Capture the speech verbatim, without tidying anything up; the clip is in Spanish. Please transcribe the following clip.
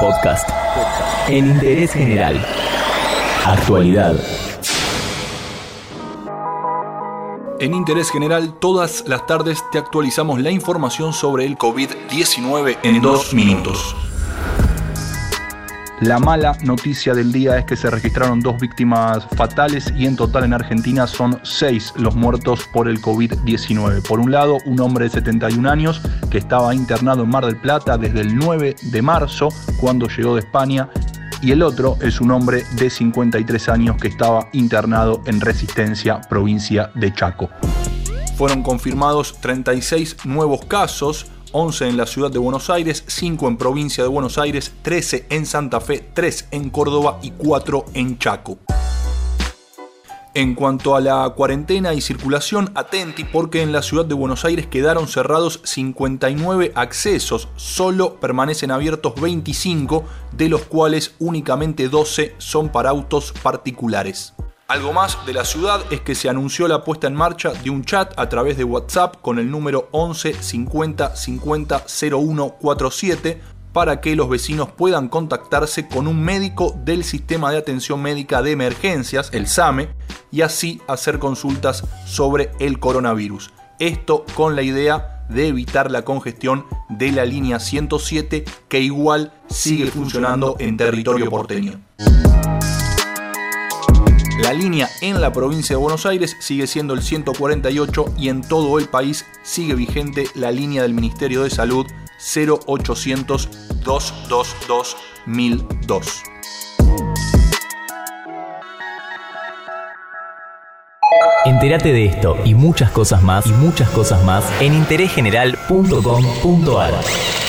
Podcast. En Interés General. Actualidad. En Interés General, todas las tardes te actualizamos la información sobre el covid diecinueve en dos minutos. La mala noticia del día es que se registraron dos víctimas fatales y en total en Argentina son seis los muertos por el covid diecinueve. Por un lado, un hombre de setenta y un años que estaba internado en Mar del Plata desde el nueve de marzo, cuando llegó de España, y el otro es un hombre de cincuenta y tres años que estaba internado en Resistencia, provincia de Chaco. Fueron confirmados treinta y seis nuevos casos, once en la ciudad de Buenos Aires, cinco en provincia de Buenos Aires, trece en Santa Fe, tres en Córdoba y cuatro en Chaco. En cuanto a la cuarentena y circulación, atenti porque en la ciudad de Buenos Aires quedaron cerrados cincuenta y nueve accesos, solo permanecen abiertos veinticinco, de los cuales únicamente doce son para autos particulares. Algo más de la ciudad es que se anunció la puesta en marcha de un chat a través de WhatsApp con el número once cincuenta cincuenta cero uno cuarenta y siete para que los vecinos puedan contactarse con un médico del Sistema de Atención Médica de Emergencias, el SAME, y así hacer consultas sobre el coronavirus. Esto con la idea de evitar la congestión de la línea ciento siete, que igual sigue funcionando en territorio porteño. La línea en la provincia de Buenos Aires sigue siendo el ciento cuarenta y ocho y en todo el país sigue vigente la línea del Ministerio de Salud cero ochocientos, doscientos veintidós, mil dos. Entérate de esto y muchas cosas más y muchas cosas más en interés general punto com punto a r.